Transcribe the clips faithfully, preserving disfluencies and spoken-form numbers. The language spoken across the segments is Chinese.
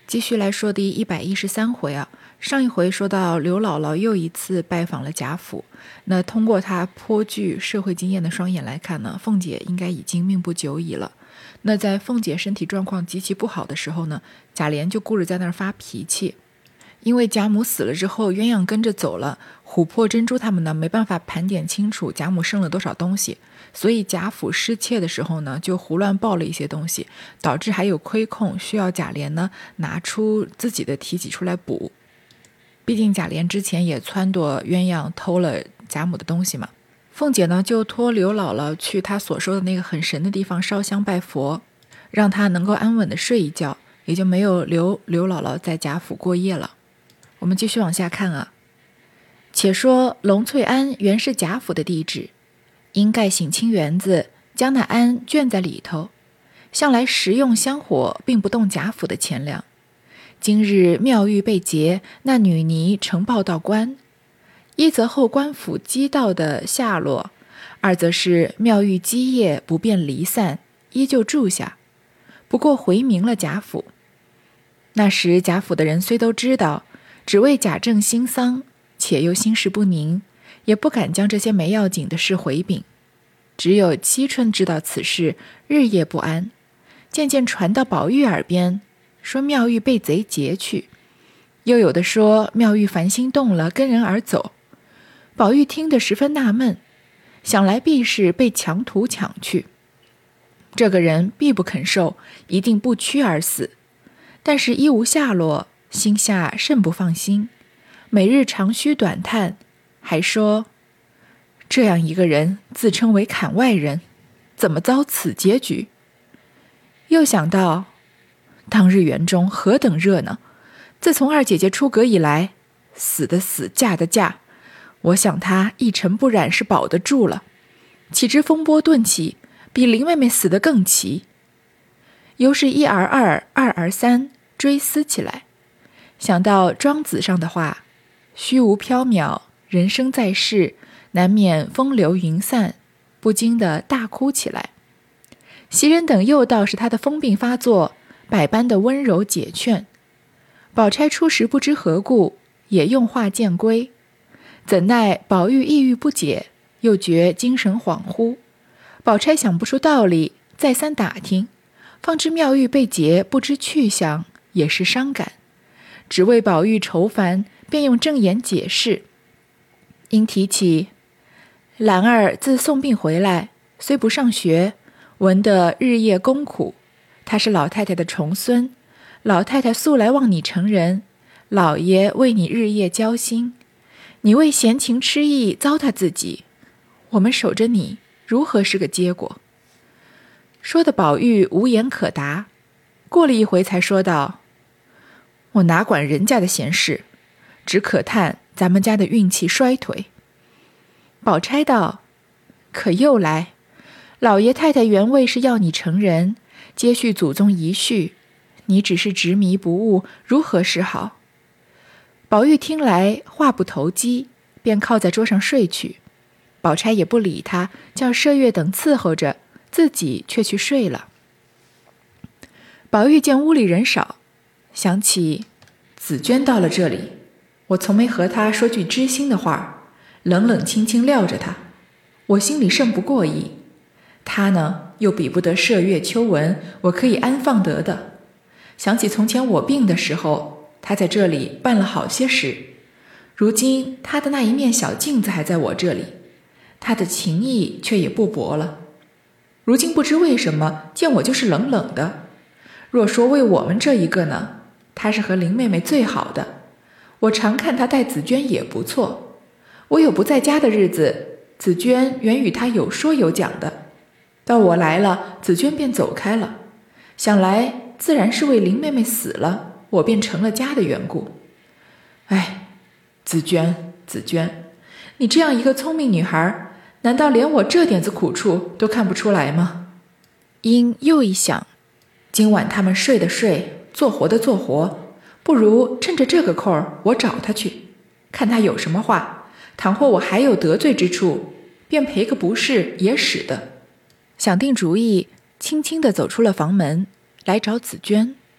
继续来说第一百一十三回啊，上一回说到刘姥姥又一次拜访了贾府，那通过她颇具社会经验的双眼来看呢，凤姐应该已经命不久矣了。那在凤姐身体状况极其不好的时候呢，贾琏就顾着在那儿发脾气，因为贾母死了之后，鸳鸯跟着走了，琥珀珍珠他们呢没办法盘点清楚贾母剩了多少东西，所以贾府失窃的时候呢，就胡乱报了一些东西，导致还有亏空，需要贾琏呢拿出自己的提己出来补。毕竟贾琏之前也撺掇鸳鸯偷了贾母的东西嘛。凤姐呢就托刘姥姥去她所说的那个很神的地方烧香拜佛，让她能够安稳的睡一觉，也就没有留刘姥姥在贾府过夜了。我们继续往下看啊。且说龙翠庵原是贾府的地址，因盖省亲园子，将那庵圈在里头，向来食用香火，并不动贾府的钱粮。今日妙玉被劫，那女尼呈报到官，一则后官府缉盗的下落，二则是妙玉基业不便离散，依旧住下，不过回明了贾府。那时贾府的人虽都知道，只为贾政新丧，且又心事不宁，也不敢将这些没要紧的事回禀。只有惜春知道此事，日夜不安，渐渐传到宝玉耳边，说妙玉被贼劫去，又有的说妙玉烦心动了，跟人而走。宝玉听得十分纳闷，想来必是被强徒抢去，这个人必不肯受，一定不屈而死，但是一无下落，心下甚不放心，每日长吁短叹，还说这样一个人自称为坎外人，怎么遭此结局？又想到当日园中何等热闹，自从二姐姐出阁以来，死的死，嫁的嫁，我想她一尘不染是保得住了，岂知风波顿起，比林妹妹死得更奇。又是一而二，二而三，追思起来，想到庄子上的话，虚无缥缈，人生在世，难免风流云散，不禁的大哭起来。袭人等又道是他的疯病发作，百般的温柔解劝。宝钗初时不知何故，也用话渐归，怎奈宝玉抑郁不解，又觉精神恍惚。宝钗想不出道理，再三打听，方知妙玉被劫，不知去向，也是伤感，只为宝玉愁烦，便用正言解释。因提起兰儿自送病回来，虽不上学，闻得日夜功苦，他是老太太的重孙，老太太素来望你成人，老爷为你日夜交心，你为闲情痴意糟蹋自己，我们守着你，如何是个结果？说的宝玉无言可答，过了一回才说道：我哪管人家的闲事，只可叹咱们家的运气衰颓。宝钗道：可又来，老爷太太原为是要你成人，接续祖宗遗绪，你只是执迷不悟，如何是好？宝玉听来话不投机，便靠在桌上睡去。宝钗也不理他，叫麝月等伺候着，自己却去睡了。宝玉见屋里人少，想起紫娟到了这里，我从没和她说句知心的话，冷冷清清撂着她，我心里甚不过意。她呢，又比不得麝月秋纹，我可以安放得的。想起从前我病的时候，她在这里办了好些事，如今她的那一面小镜子还在我这里，她的情谊却也不薄了。如今不知为什么见我就是冷冷的。若说为我们这一个呢，她是和林妹妹最好的，我常看她待紫娟也不错。我有不在家的日子，紫娟原与她有说有讲的，到我来了，紫娟便走开了，想来自然是为林妹妹死了，我便成了家的缘故。哎，紫娟，紫娟，你这样一个聪明女孩，难道连我这点子苦处都看不出来吗？因又一想，今晚他们睡的睡，做活的做活，不如趁着这个空儿，我找他去，看他有什么话，倘或我还有得罪之处，便赔个不是也使得。想定主意，轻轻地走出了房门，来找紫娟。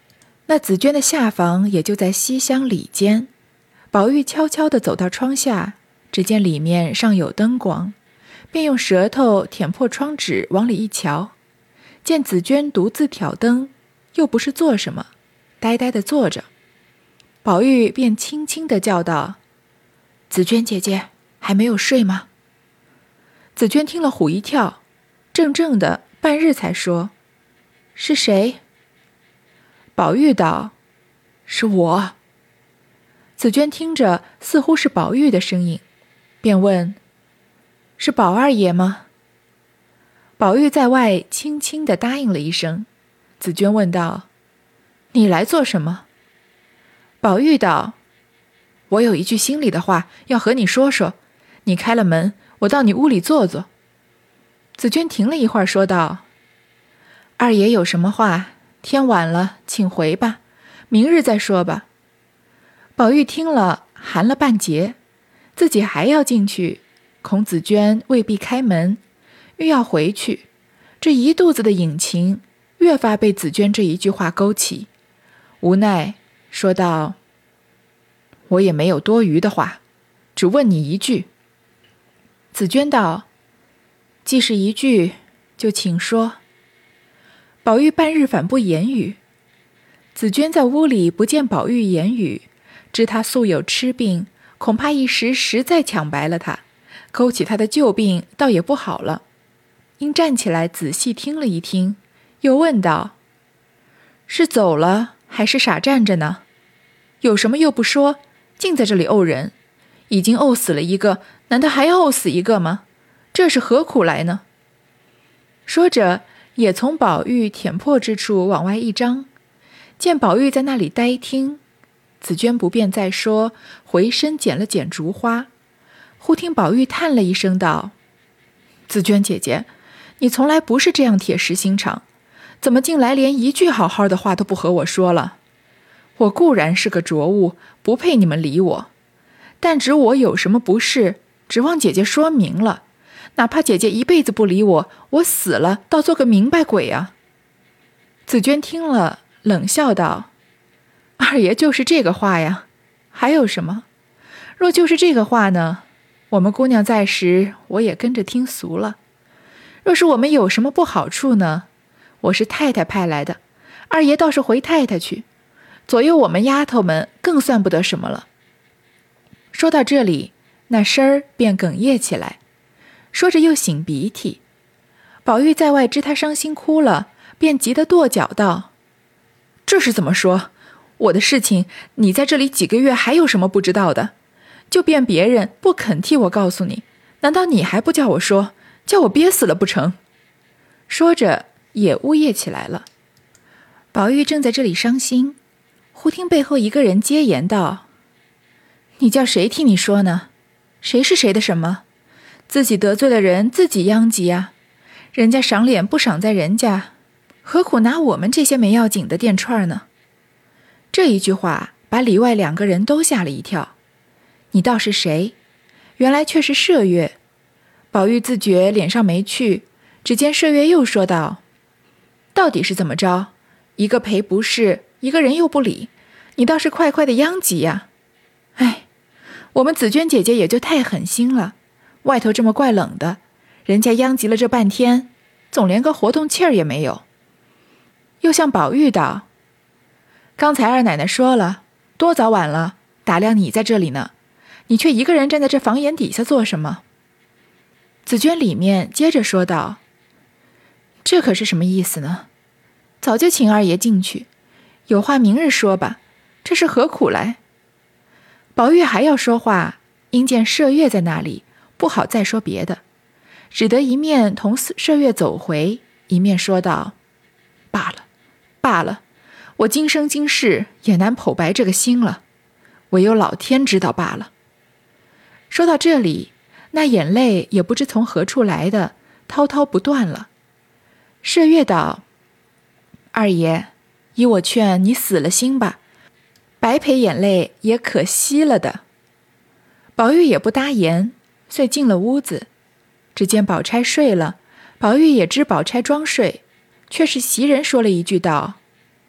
那紫鹃的下房也就在西厢里间。宝玉悄悄地走到窗下，只见里面尚有灯光，便用舌头舔破窗纸往里一瞧，见紫鹃独自挑灯，又不是做什么，呆呆地坐着。宝玉便轻轻地叫道：紫鹃姐姐，还没有睡吗？紫鹃听了唬一跳，怔怔的半日才说：是谁？宝玉道：是我。紫鹃听着似乎是宝玉的声音，便问：是宝二爷吗？宝玉在外轻轻地答应了一声。紫鹃问道：你来做什么？宝玉道：我有一句心里的话要和你说说，你开了门，我到你屋里坐坐。紫鹃停了一会儿，说道：二爷有什么话，天晚了请回吧，明日再说吧。宝玉听了寒了半截，自己还要进去，恐紫鹃未必开门，欲要回去，这一肚子的隐情越发被紫鹃这一句话勾起，无奈说道：我也没有多余的话，只问你一句。紫鹃道：既是一句，就请说。宝玉半日反不言语。紫鹃在屋里不见宝玉言语，知他素有痴病，恐怕一时实在抢白了他，勾起他的旧病，倒也不好了。因站起来仔细听了一听，又问道：是走了还是傻站着呢？有什么又不说，竟在这里怄人，已经怄死了一个，难道还要怄死一个吗？这是何苦来呢？说着也从宝玉舔破之处往外一张，见宝玉在那里呆听，紫鹃不便再说，回身捡了捡竹花。忽听宝玉叹了一声道：紫鹃姐姐，你从来不是这样铁石心肠，怎么近来连一句好好的话都不和我说了？我固然是个浊物，不配你们理我，但只我有什么不是，指望姐姐说明了，哪怕姐姐一辈子不理我，我死了倒做个明白鬼啊。紫鹃听了冷笑道：二爷就是这个话呀，还有什么？若就是这个话呢，我们姑娘在时，我也跟着听俗了。若是我们有什么不好处呢，我是太太派来的，二爷倒是回太太去，左右我们丫头们更算不得什么了。说到这里，那声儿便哽咽起来，说着又擤鼻涕。宝玉在外知他伤心哭了，便急得跺脚道：这是怎么说？我的事情你在这里几个月还有什么不知道的？就便别人不肯替我告诉你，难道你还不叫我说，叫我憋死了不成？说着也呜咽起来了。宝玉正在这里伤心，忽听背后一个人接言道：你叫谁替你说呢？谁是谁的什么？自己得罪了人，自己殃及啊！人家赏脸不赏在人家，何苦拿我们这些没要紧的垫串呢？这一句话把里外两个人都吓了一跳。你道是谁？原来却是麝月。宝玉自觉脸上没趣，只见麝月又说道：到底是怎么着？一个赔不是，一个人又不理，你倒是快快的殃及呀！哎，我们紫鹃姐姐也就太狠心了，外头这么怪冷的，人家殃及了这半天，总连个活动气儿也没有。又向宝玉道：刚才二奶奶说了，多早晚了，打量你在这里呢，你却一个人站在这房檐底下做什么？紫鹃里面接着说道：这可是什么意思呢？早就请二爷进去，有话明日说吧，这是何苦来？宝玉还要说话，因见麝月在那里，不好再说别的，只得一面同麝月走回，一面说道：罢了罢了，我今生今世也难剖白这个心了，唯有老天知道罢了。说到这里，那眼泪也不知从何处来的，滔滔不断了。麝月道：二爷，依我劝你死了心吧，白赔眼泪也可惜了的。宝玉也不答言，遂进了屋子。只见宝钗睡了，宝玉也知宝钗装睡，却是袭人说了一句道：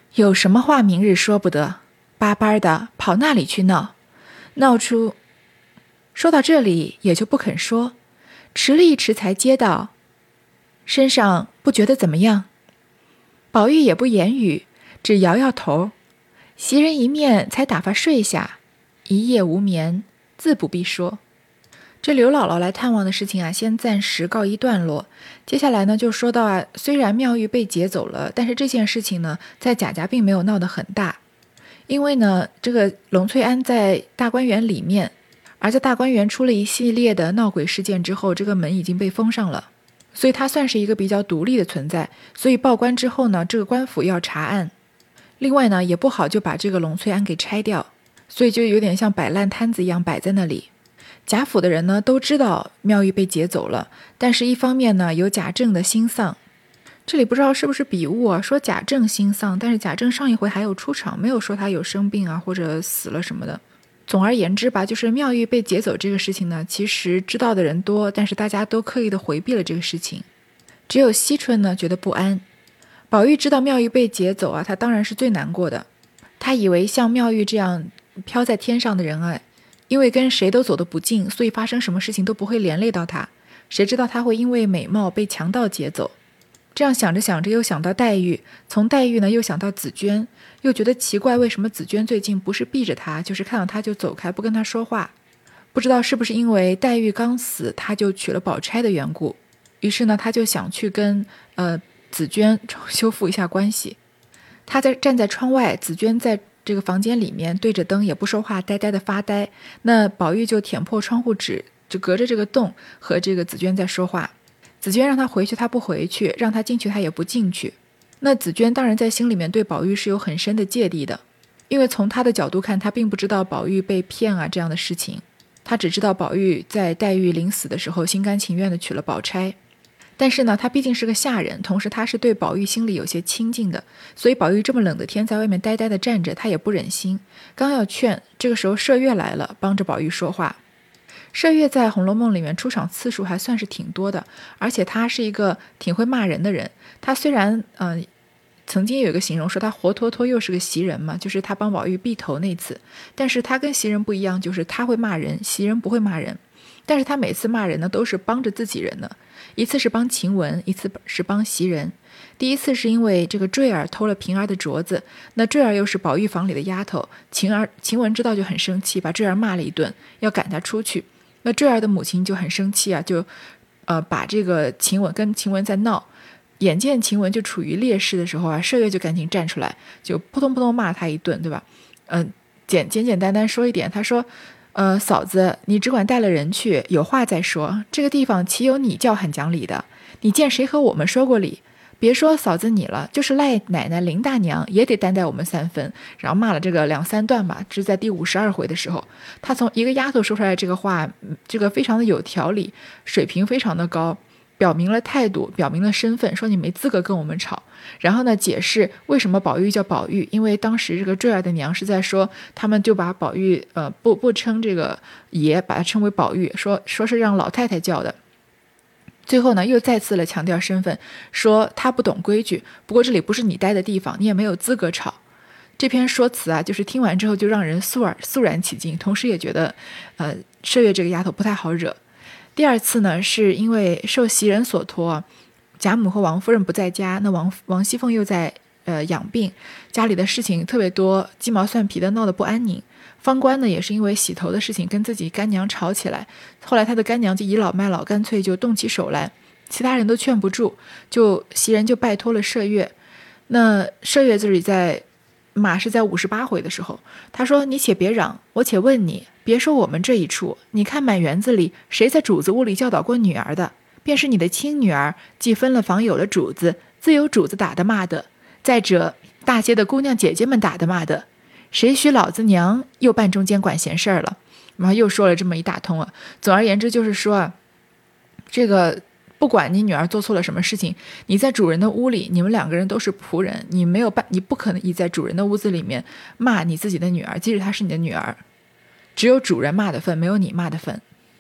有什么话明日说不得，巴巴的跑那里去闹，闹出……说到这里也就不肯说，迟了一迟才接道：身上不觉得怎么样？宝玉也不言语，只摇摇头。袭人一面才打发睡下，一夜无眠，自不必说。这刘姥姥来探望的事情啊，先暂时告一段落。接下来呢，就说到啊，虽然妙玉被劫走了，但是这件事情呢，在贾家并没有闹得很大，因为呢，这个龙翠庵在大观园里面，而在大观园出了一系列的闹鬼事件之后，这个门已经被封上了，所以它算是一个比较独立的存在。所以报官之后呢，这个官府要查案，另外呢，也不好就把这个龙翠庵给拆掉，所以就有点像摆烂摊子一样摆在那里。贾府的人呢都知道妙玉被劫走了，但是一方面呢有贾政的心丧，这里不知道是不是笔误啊，说贾政心丧，但是贾政上一回还有出场，没有说他有生病啊或者死了什么的。总而言之吧，就是妙玉被劫走这个事情呢，其实知道的人多，但是大家都刻意的回避了这个事情。只有惜春呢觉得不安。宝玉知道妙玉被劫走啊，他当然是最难过的。他以为像妙玉这样飘在天上的人啊，因为跟谁都走得不近，所以发生什么事情都不会连累到他。谁知道他会因为美貌被强盗劫走。这样想着想着又想到黛玉，从黛玉呢又想到紫娟，又觉得奇怪，为什么紫娟最近不是避着他，就是看到他就走开，不跟他说话。不知道是不是因为黛玉刚死他就娶了宝钗的缘故，于是呢他就想去跟呃紫娟修复一下关系。他在站在窗外，紫娟在这个房间里面对着灯也不说话，呆呆的发呆。那宝玉就舔破窗户纸，就隔着这个洞和这个紫娟在说话。紫娟让他回去他不回去，让他进去他也不进去。那紫娟当然在心里面对宝玉是有很深的芥蒂的，因为从他的角度看，他并不知道宝玉被骗啊这样的事情，他只知道宝玉在黛玉临死的时候心甘情愿地娶了宝钗。但是呢，他毕竟是个下人，同时他是对宝玉心里有些亲近的，所以宝玉这么冷的天在外面呆呆地站着，他也不忍心。刚要劝，这个时候麝月来了，帮着宝玉说话。麝月在《红楼梦》里面出场次数还算是挺多的，而且他是一个挺会骂人的人。他虽然嗯、呃，曾经有一个形容说他活脱脱又是个袭人嘛，就是他帮宝玉避头那次，但是他跟袭人不一样，就是他会骂人，袭人不会骂人。但是他每次骂人呢都是帮着自己人的，一次是帮晴雯，一次是帮袭人。第一次是因为这个坠儿偷了平儿的镯子，那坠儿又是宝玉房里的丫头，晴儿晴雯知道就很生气，把坠儿骂了一顿，要赶她出去。那坠儿的母亲就很生气啊，就呃把这个晴雯跟晴雯在闹，眼见晴雯就处于劣势的时候啊，麝月就赶紧站出来，就扑通扑通骂她一顿，对吧？嗯、呃，简简简单单说一点，他说呃，嫂子，你只管带了人去，有话再说。这个地方岂有你叫很讲理的？你见谁和我们说过理？别说嫂子你了，就是赖奶奶林大娘也得担待我们三分。然后骂了这个两三段吧，这是在第五十二回的时候，他从一个丫头说出来这个话，这个非常的有条理，水平非常的高，表明了态度，表明了身份，说你没资格跟我们吵。然后呢，解释为什么宝玉叫宝玉，因为当时这个坠儿的娘是在说，他们就把宝玉呃不不称这个爷，把他称为宝玉，说说是让老太太叫的。最后呢，又再次的强调身份，说他不懂规矩，不过这里不是你待的地方，你也没有资格吵。这篇说辞啊，就是听完之后就让人肃然肃然起敬，同时也觉得呃麝月这个丫头不太好惹。第二次呢，是因为受袭人所托，贾母和王夫人不在家，那王王熙凤又在呃养病，家里的事情特别多，鸡毛蒜皮的闹得不安宁。方官呢也是因为洗头的事情跟自己干娘吵起来，后来他的干娘就倚老卖老，干脆就动起手来，其他人都劝不住，就袭人就拜托了麝月。那麝月这里在马是在五十八回的时候，他说你且别嚷，我且问你，别说我们这一处，你看满园子里谁在主子屋里教导过女儿的？便是你的亲女儿，既分了房有了主子，自有主子打的骂的，再者大些的姑娘姐姐们打的骂的，谁许老子娘又扮中间管闲事儿了？然后又说了这么一大通啊。总而言之就是说啊，这个不管你女儿做错了什么事情，你在主人的屋里，你们两个人都是仆人，你没有办，你不可能你在主人的屋子里面骂你自己的女儿，即使她是你的女儿，只有主人骂的份，没有你骂的份。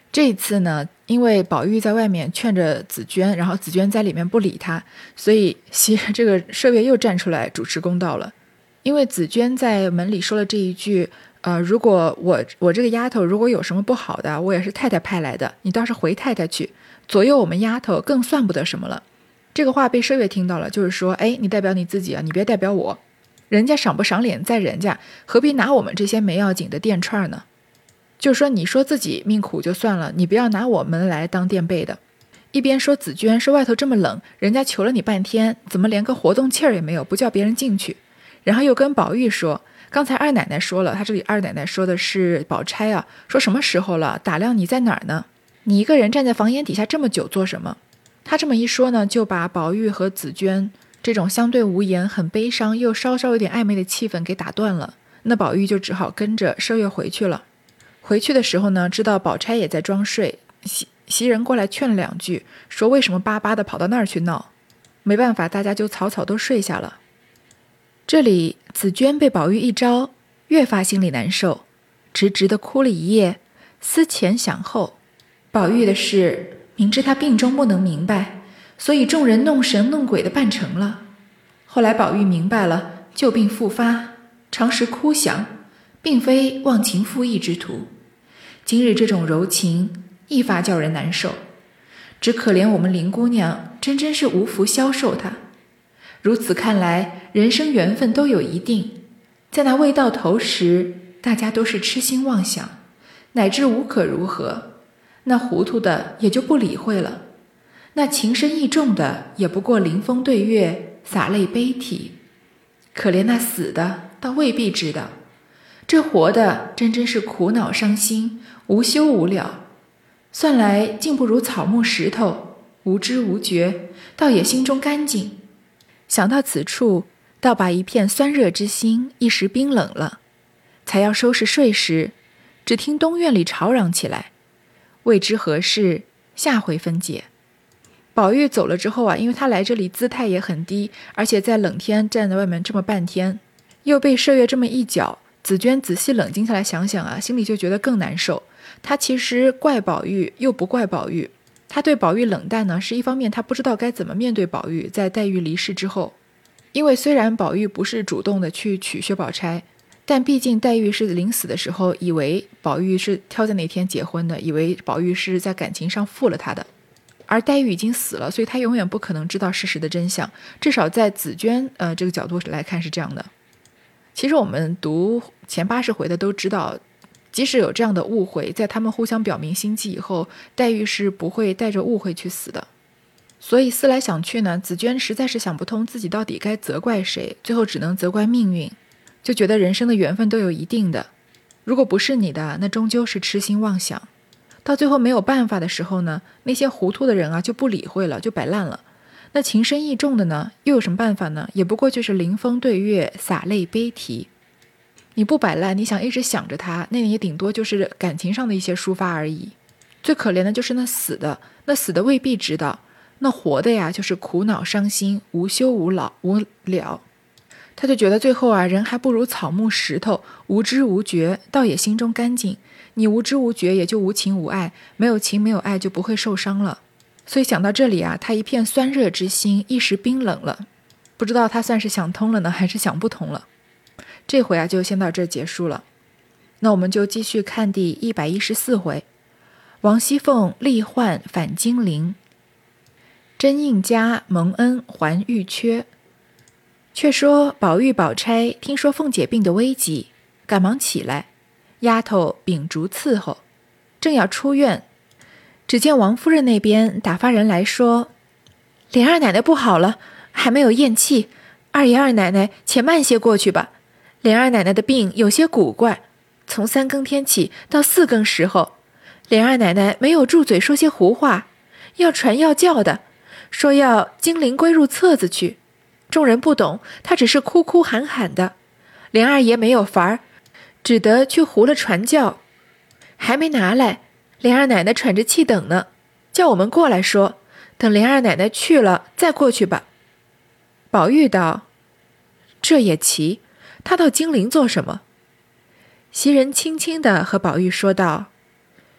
这一次呢，因为宝玉在外面劝着紫娟，然后紫娟在里面不理他，所以这个麝月又站出来主持公道了。因为紫娟在门里说了这一句，呃，如果我我这个丫头如果有什么不好的，我也是太太派来的，你倒是回太太去，左右我们丫头更算不得什么了。这个话被麝月听到了，就是说，哎，你代表你自己啊，你别代表我，人家赏不赏脸在人家，何必拿我们这些没要紧的垫串呢？就说你说自己命苦就算了，你不要拿我们来当垫背的。一边说紫娟说外头这么冷，人家求了你半天，怎么连个活动气儿也没有，不叫别人进去。然后又跟宝玉说，刚才二奶奶说了，她这里二奶奶说的是宝钗啊，说什么时候了，打量你在哪儿呢？你一个人站在房檐底下这么久做什么？她这么一说呢，就把宝玉和紫娟这种相对无言、很悲伤又稍稍有点暧昧的气氛给打断了。那宝玉就只好跟着麝月回去了。回去的时候呢，知道宝钗也在装睡，袭袭人过来劝了两句，说为什么巴巴的跑到那儿去闹？没办法，大家就草草都睡下了。这里紫娟被宝玉一招，越发心里难受，直直的哭了一夜，思前想后。宝玉的事明知他病中不能明白，所以众人弄神弄鬼的办成了。后来宝玉明白了，旧病复发，常时哭响，并非忘情负义之徒。今日这种柔情一发叫人难受，只可怜我们林姑娘真真是无福消受她。如此看来，人生缘分都有一定，在那未到头时，大家都是痴心妄想，乃至无可如何。那糊涂的也就不理会了，那情深意重的也不过临风对月，洒泪悲啼。可怜那死的倒未必知道，这活的真真是苦恼伤心，无休无了。算来竟不如草木石头，无知无觉，倒也心中干净。想到此处，倒把一片酸热之心一时冰冷了。才要收拾睡时，只听东院里吵嚷起来，未知何事，下回分解。宝玉走了之后啊，因为他来这里姿态也很低，而且在冷天站在外面这么半天，又被麝月这么一搅，紫娟仔细冷静下来想想啊，心里就觉得更难受。他其实怪宝玉又不怪宝玉，他对宝玉冷淡呢，是一方面他不知道该怎么面对宝玉在黛玉离世之后。因为虽然宝玉不是主动的去娶薛宝钗，但毕竟黛玉是临死的时候以为宝玉是挑在那天结婚的，以为宝玉是在感情上负了他的，而黛玉已经死了，所以他永远不可能知道事实的真相，至少在紫娟呃这个角度来看是这样的。其实我们读前八十回的都知道，即使有这样的误会，在他们互相表明心迹以后，黛玉是不会带着误会去死的。所以思来想去呢，紫娟实在是想不通自己到底该责怪谁，最后只能责怪命运，就觉得人生的缘分都有一定的，如果不是你的，那终究是痴心妄想。到最后没有办法的时候呢，那些糊涂的人啊就不理会了，就摆烂了。那情深意重的呢，又有什么办法呢？也不过就是临风对月，洒泪悲啼。你不摆烂，你想一直想着他，那也顶多就是感情上的一些抒发而已。最可怜的就是那死的，那死的未必知道，那活的呀就是苦恼伤心，无休无老无了。他就觉得最后啊，人还不如草木石头，无知无觉，倒也心中干净。你无知无觉，也就无情无爱，没有情没有爱，就不会受伤了。所以想到这里啊，他一片酸热之心一时冰冷了。不知道他算是想通了呢，还是想不通了。这回啊，就先到这儿结束了。那我们就继续看第一百一十四回，王熙凤力唤返金陵，甄应家蒙恩还玉缺。却说宝玉宝钗听说凤姐病的危急，赶忙起来，丫头秉烛伺候，正要出院，只见王夫人那边打发人来说，琏二奶奶不好了，还没有咽气，二爷二奶奶且慢些过去吧。琏二奶奶的病有些古怪，从三更天起到四更时候，琏二奶奶没有住嘴说些胡话，要传要叫的，说要金陵归入册子去。众人不懂，她只是哭哭喊喊的，琏二爷没有法儿，只得去胡了传教，还没拿来，琏二奶奶喘着气等呢，叫我们过来说，等琏二奶奶去了再过去吧。宝玉道：这也奇，他到金陵做什么？袭人轻轻地和宝玉说道：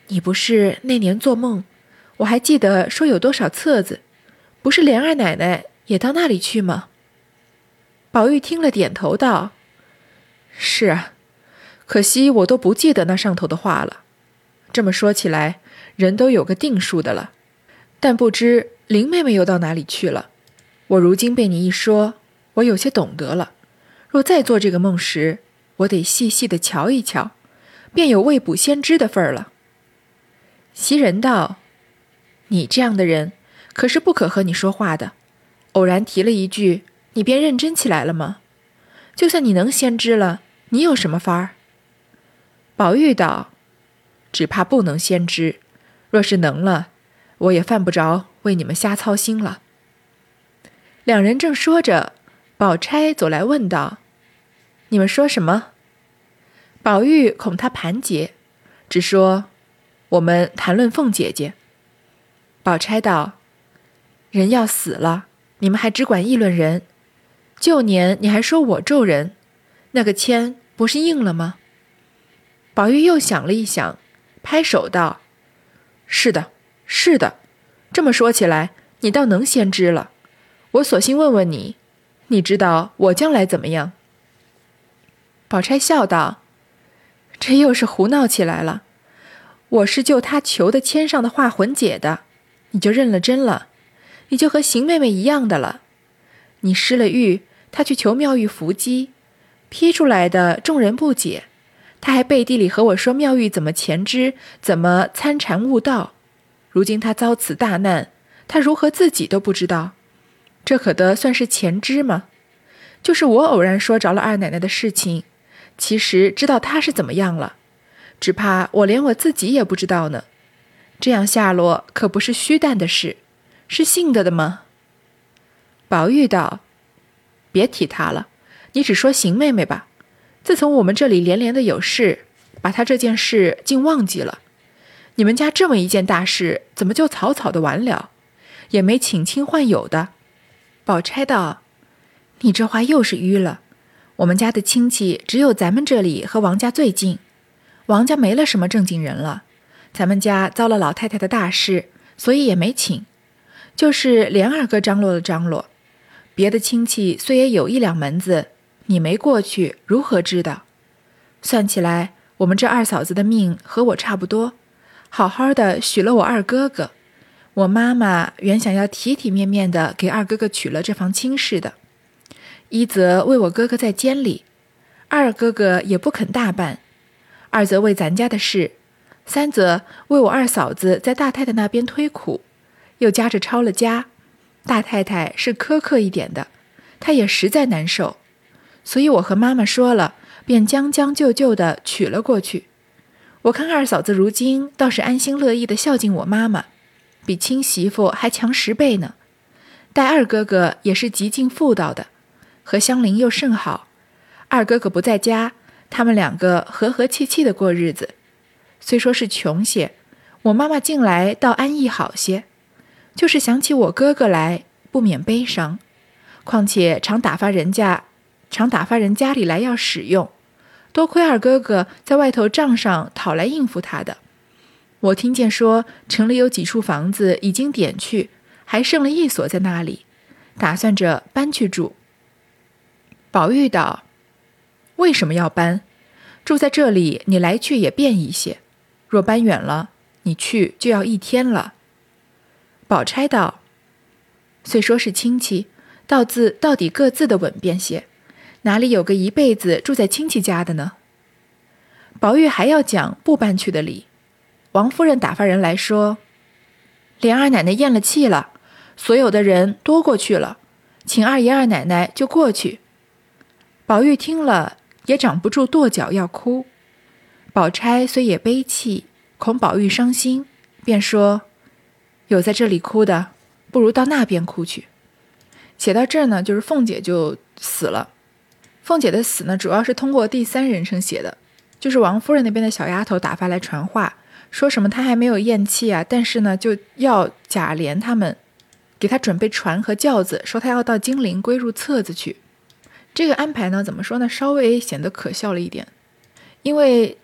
你不是那年做梦，我还记得说有多少册子，不是莲二奶奶也到那里去吗？”宝玉听了点头道：“是啊，可惜我都不记得那上头的话了。这么说起来，人都有个定数的了。但不知林妹妹又到哪里去了？我如今被你一说，我有些懂得了。若再做这个梦时，我得细细的瞧一瞧，便有未卜先知的份儿了。”袭人道：“你这样的人，可是不可和你说话的。偶然提了一句，你便认真起来了吗？就算你能先知了，你有什么法儿？”宝玉道：“只怕不能先知，若是能了，我也犯不着为你们瞎操心了。”两人正说着，宝钗走来问道：“你们说什么？”宝玉恐他盘结，只说：“我们谈论凤姐姐。”宝钗道：“人要死了，你们还只管议论人。旧年你还说我咒人，那个签不是应了吗？”宝玉又想了一想，拍手道：“是的，是的，这么说起来，你倒能先知了。我索性问问你，你知道我将来怎么样？”宝钗笑道：“这又是胡闹起来了。我是就他求的签上的画魂解的，你就认了真了，你就和邢妹妹一样的了。你失了玉，他去求妙玉伏击，批出来的众人不解，他还背地里和我说妙玉怎么前知，怎么参禅悟道。如今他遭此大难，他如何自己都不知道，这可得算是前知吗？就是我偶然说着了二奶奶的事情，其实知道她是怎么样了，只怕我连我自己也不知道呢。这样下落可不是虚诞的事，是信得的吗？”宝玉道：“别提她了，你只说邢妹妹吧。自从我们这里连连的有事，把她这件事竟忘记了。你们家这么一件大事，怎么就草草的完了，也没请亲唤友的？”宝钗道：“你这话又是迂了。我们家的亲戚只有咱们这里和王家最近，王家没了什么正经人了，咱们家遭了老太太的大事，所以也没请。就是连二哥张罗了张罗，别的亲戚虽也有一两门子，你没过去，如何知道？算起来，我们这二嫂子的命和我差不多，好好的许了我二哥哥。我妈妈原想要体体面面的给二哥哥娶了这房亲事的，一则为我哥哥在监里，二哥哥也不肯大办；二则为咱家的事，三则为我二嫂子在大太太那边推苦，又夹着抄了家。大太太是苛刻一点的，她也实在难受，所以我和妈妈说了，便将将就就的娶了过去。我看二嫂子如今倒是安心乐意的孝敬我妈妈，比亲媳妇还强十倍呢。待二哥哥也是极尽妇道的，和香菱又甚好。二哥哥不在家，他们两个和和气气的过日子。虽说是穷些，我妈妈近来倒安逸好些，就是想起我哥哥来，不免悲伤。况且常打发人家，常打发人家里来要使用，多亏二哥哥在外头账上讨来应付他的。我听见说城里有几处房子已经点去，还剩了一所在那里，打算着搬去住。宝玉道：“为什么要搬？住在这里你来去也便一些，若搬远了，你去就要一天了。”宝钗道：“虽说是亲戚，到自到底各自的稳便些，哪里有个一辈子住在亲戚家的呢？”宝玉还要讲不搬去的理，王夫人打发人来说：“连二奶奶咽了气了，所有的人多过去了，请二爷二奶奶就过去。”宝玉听了也掌不住跺脚要哭。宝钗虽也悲泣，恐宝玉伤心，便说：“有在这里哭的，不如到那边哭去。”写到这儿呢，就是凤姐就死了。凤姐的死呢，主要是通过第三人称写的，就是王夫人那边的小丫头打发来传话，说什么她还没有咽气啊，但是呢就要贾琏他们给她准备船和轿子，说她要到金陵归入册子去。这个安排呢，怎么说呢，稍微显得可笑了一点，因为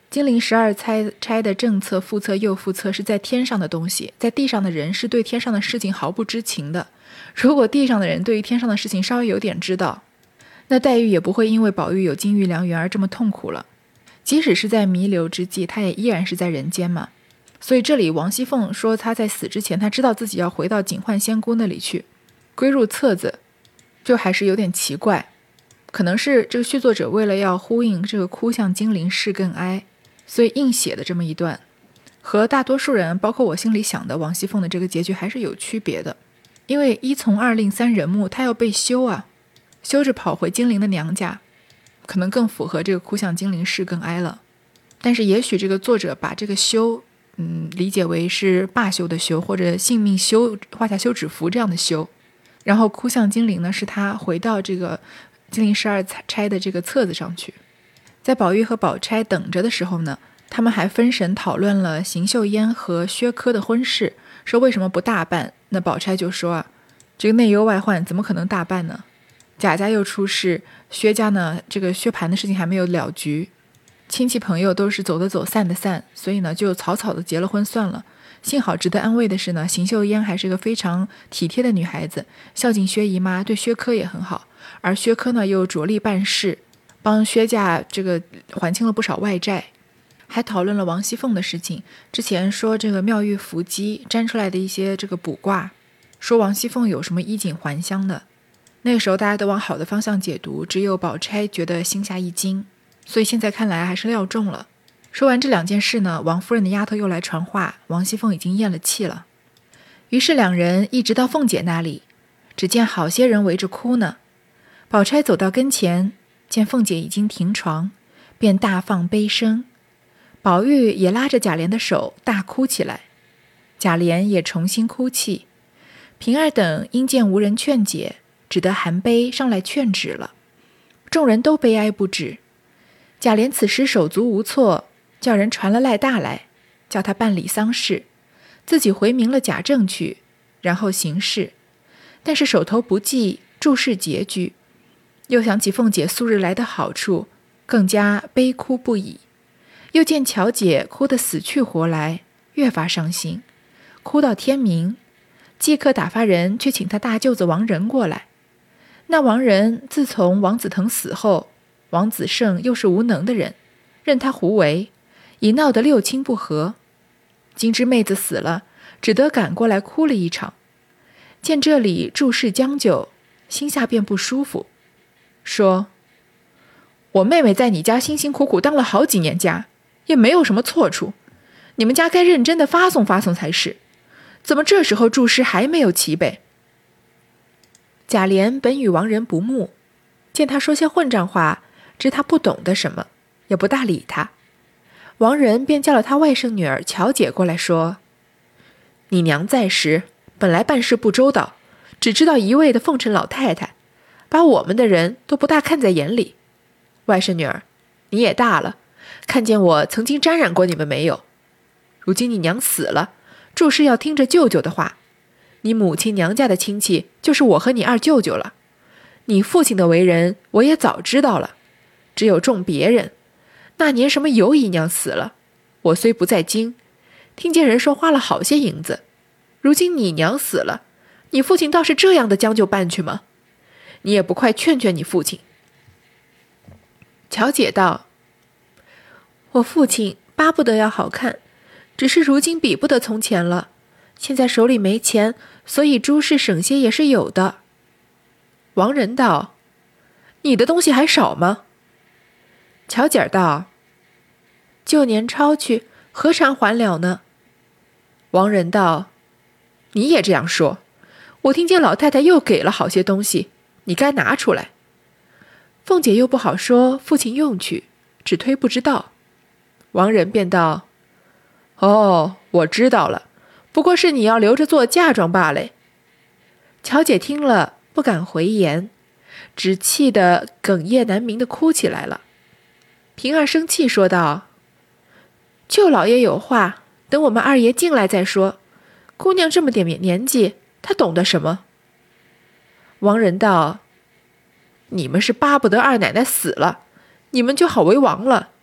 金陵十二钗钗的正侧、副侧、右副侧是在天上的东西，在地上的人是对天上的事情毫不知情的。如果地上的人对于天上的事情稍微有点知道，那黛玉也不会因为宝玉有金玉良缘而这么痛苦了。即使是在弥留之际，她也依然是在人间嘛。所以这里王熙凤说她在死之前，她知道自己要回到警幻仙姑那里去，归入册子，就还是有点奇怪。可能是这个续作者为了要呼应这个哭向金陵事更哀，所以硬写的这么一段，和大多数人包括我心里想的王熙凤的这个结局还是有区别的。因为一从二令三人目，她要被休啊，休着跑回金陵的娘家，可能更符合这个哭向金陵事更哀了。但是也许这个作者把这个休嗯，理解为是罢休的休，或者性命休画下休止符这样的休，然后哭向金陵呢，是他回到这个金陵十二钗的这个册子上去。在宝玉和宝钗等着的时候呢，他们还分神讨论了邢岫烟和薛科的婚事，说为什么不大办。那宝钗就说啊，这个内忧外患怎么可能大办呢？贾家又出事，薛家呢这个薛蟠的事情还没有了局，亲戚朋友都是走的走散的散，所以呢就草草的结了婚算了。幸好值得安慰的是呢，邢岫烟还是个非常体贴的女孩子，孝敬薛姨妈，对薛科也很好，而薛科呢又着力办事，帮薛家这个还清了不少外债。还讨论了王熙凤的事情，之前说这个妙玉伏击粘出来的一些这个卜卦，说王熙凤有什么衣锦还乡的，那个时候大家都往好的方向解读，只有宝钗觉得心下一惊，所以现在看来还是料中了。说完这两件事呢，王夫人的丫头又来传话，王熙凤已经咽了气了。于是两人一直到凤姐那里，只见好些人围着哭呢。宝钗走到跟前，见凤姐已经停床，便大放悲声。宝玉也拉着贾琏的手大哭起来，贾琏也重新哭泣。平儿等因见无人劝解，只得含悲上来劝止了。众人都悲哀不止。贾琏此时手足无措，叫人传了赖大来，叫他办理丧事，自己回明了贾政去，然后行事。但是手头不济，注事拮据，又想起凤姐素日来的好处，更加悲哭不已。又见巧姐哭得死去活来，越发伤心，哭到天明，即刻打发人去请他大舅子王仁过来。那王仁自从王子腾死后，王子胜又是无能的人，任他胡为，已闹得六亲不和。今之妹子死了，只得赶过来哭了一场。见这里注事将就，心下便不舒服，说：我妹妹在你家辛辛苦苦当了好几年家，也没有什么错处，你们家该认真的发送发送才是，怎么这时候注事还没有齐备？贾琏本与王仁不睦，见他说些混账话，知他不懂得什么，也不大理他。王仁便叫了他外甥女儿巧姐过来说：你娘在时本来办事不周到，只知道一味的奉承老太太，把我们的人都不大看在眼里。外甥女儿，你也大了，看见我曾经沾染过你们没有？如今你娘死了，注事要听着舅舅的话，你母亲娘家的亲戚就是我和你二舅舅了。你父亲的为人我也早知道了，只有重别人。那年什么尤姨娘死了，我虽不在京，听见人说花了好些银子。如今你娘死了，你父亲倒是这样的将就办去吗？你也不快劝劝你父亲。巧姐道：我父亲巴不得要好看，只是如今比不得从前了，现在手里没钱，所以诸事省些也是有的。王仁道：你的东西还少吗？巧姐道：旧年抄去，何尝还了呢？王仁道：你也这样说，我听见老太太又给了好些东西，你该拿出来。凤姐又不好说父亲用去，只推不知道。王仁便道：哦，我知道了，不过是你要留着做嫁妆罢了。巧姐听了不敢回言，只气得哽咽难明的哭起来了。平儿生气说道：舅老爷有话，等我们二爷进来再说，姑娘这么点年纪，她懂得什么？王仁道：你们是巴不得二奶奶死了，你们就好为王了，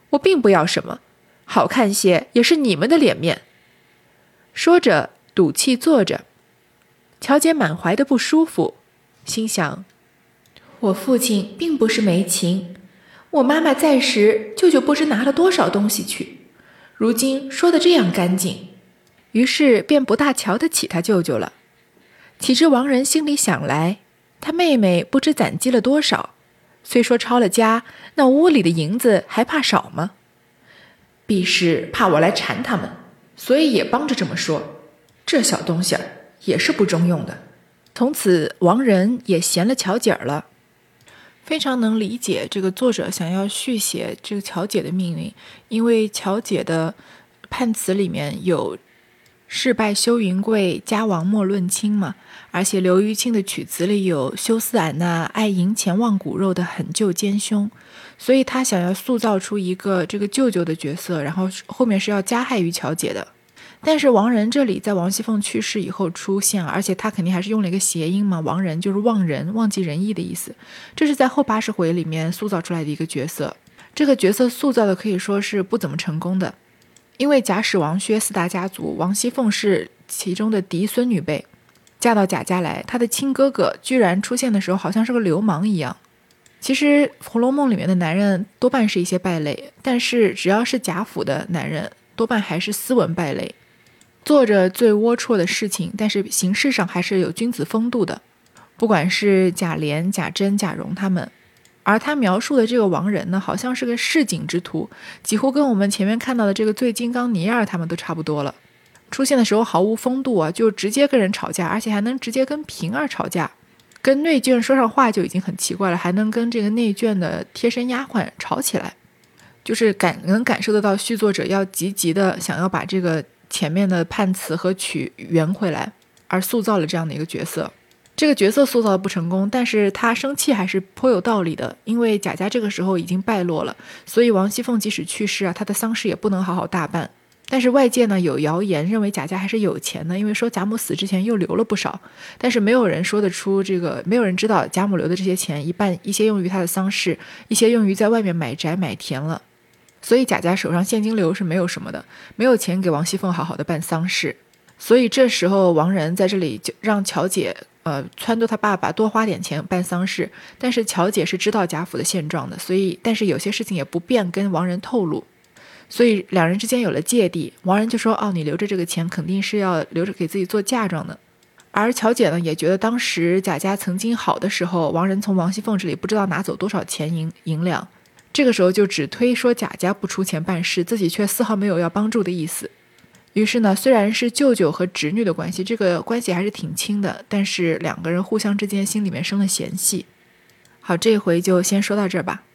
我并不要什么，好看些也是你们的脸面。说着赌气坐着。乔姐满怀的不舒服，心想，我父亲并不是没情，我妈妈在时，舅舅不知拿了多少东西去，如今说得这样干净，于是便不大瞧得起他舅舅了。岂知王仁心里想来，他妹妹不知攒积了多少，虽说抄了家，那屋里的银子还怕少吗？必是怕我来缠他们，所以也帮着这么说。这小东西儿也是不中用的。从此王仁也嫌了乔姐儿了。非常能理解这个作者想要续写这个乔姐的命运，因为乔姐的判词里面有事败休云贵，家亡莫论亲嘛，而且刘玉卿的曲子里有休思俺那爱银钱忘骨肉的狠舅奸凶，所以他想要塑造出一个这个舅舅的角色，然后后面是要加害于乔姐的。但是王仁这里在王熙凤去世以后出现，而且他肯定还是用了一个谐音嘛，王仁就是忘人，忘记仁义的意思，这是在后八十回里面塑造出来的一个角色。这个角色塑造的可以说是不怎么成功的，因为贾史王薛四大家族，王熙凤是其中的嫡孙女辈，嫁到贾家来，她的亲哥哥居然出现的时候好像是个流氓一样。其实《红楼梦》里面的男人多半是一些败类，但是只要是贾府的男人多半还是斯文败类，做着最龌龊的事情，但是形式上还是有君子风度的，不管是贾琏、贾珍、贾蓉他们。而他描述的这个王仁呢，好像是个市井之徒，几乎跟我们前面看到的这个醉金刚尼儿他们都差不多了。出现的时候毫无风度啊，就直接跟人吵架，而且还能直接跟平儿吵架，跟内眷说上话就已经很奇怪了，还能跟这个内眷的贴身丫鬟吵起来，就是感能感受得到续作者要积极的想要把这个前面的判词和曲圆回来，而塑造了这样的一个角色。这个角色塑造的不成功，但是他生气还是颇有道理的，因为贾家这个时候已经败落了，所以王熙凤即使去世啊，她的丧事也不能好好大办。但是外界呢有谣言认为贾家还是有钱的，因为说贾母死之前又留了不少，但是没有人说得出这个，没有人知道贾母留的这些钱一半一些用于她的丧事，一些用于在外面买宅买田了，所以贾家手上现金流是没有什么的，没有钱给王熙凤好好的办丧事。所以这时候王仁在这里就让乔姐呃撺掇他爸爸多花点钱办丧事，但是乔姐是知道贾府的现状的，所以但是有些事情也不便跟王仁透露，所以两人之间有了芥蒂。王仁就说，哦，你留着这个钱肯定是要留着给自己做嫁妆的。而乔姐呢也觉得当时贾家曾经好的时候，王仁从王熙凤这里不知道拿走多少钱银银两，这个时候就只推说贾家不出钱办事，自己却丝毫没有要帮助的意思。于是呢，虽然是舅舅和侄女的关系，这个关系还是挺亲的，但是两个人互相之间心里面生了嫌隙。好，这回就先说到这儿吧。